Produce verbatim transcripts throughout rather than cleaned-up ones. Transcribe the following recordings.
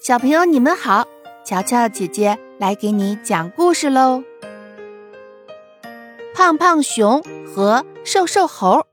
小朋友你们好，乔乔姐姐来给你讲故事喽。胖胖熊和瘦瘦猴。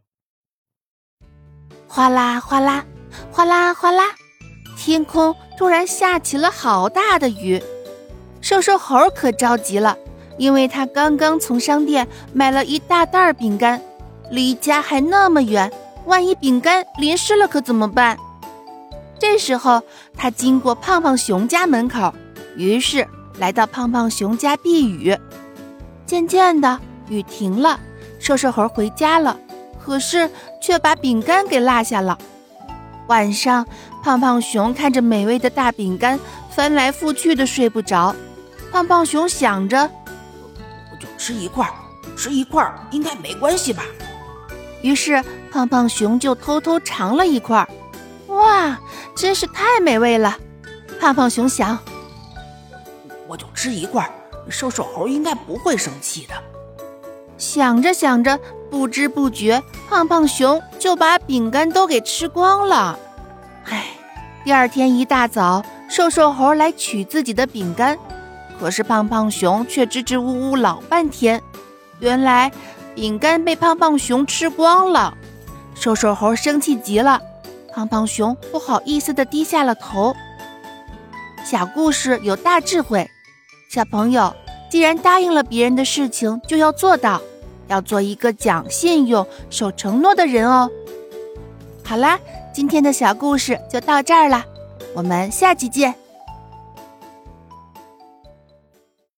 哗啦哗啦，哗啦哗啦，天空突然下起了好大的雨。瘦瘦猴可着急了，因为他刚刚从商店买了一大袋饼干，离家还那么远，万一饼干淋湿了可怎么办？这时候他经过胖胖熊家门口，于是来到胖胖熊家避雨。渐渐的雨停了，瘦瘦猴回家了，可是却把饼干给落下了。晚上胖胖熊看着美味的大饼干，翻来覆去的睡不着。胖胖熊想着， 我就吃一块，吃一块应该没关系吧。 于是胖胖熊就偷偷尝了一块。哇，真是太美味了！胖胖熊想， 我就吃一块，瘦瘦猴应该不会生气的。 想着想着，不知不觉胖胖熊就把饼干都给吃光了。唉，第二天一大早，瘦瘦猴来取自己的饼干，可是胖胖熊却支支吾吾老半天。原来饼干被胖胖熊吃光了。瘦瘦猴生气极了，胖胖熊不好意思地低下了头。小故事有大智慧，小朋友，既然答应了别人的事情，就要做到，要做一个讲信用、守承诺的人哦。好啦，今天的小故事就到这儿啦，我们下期见。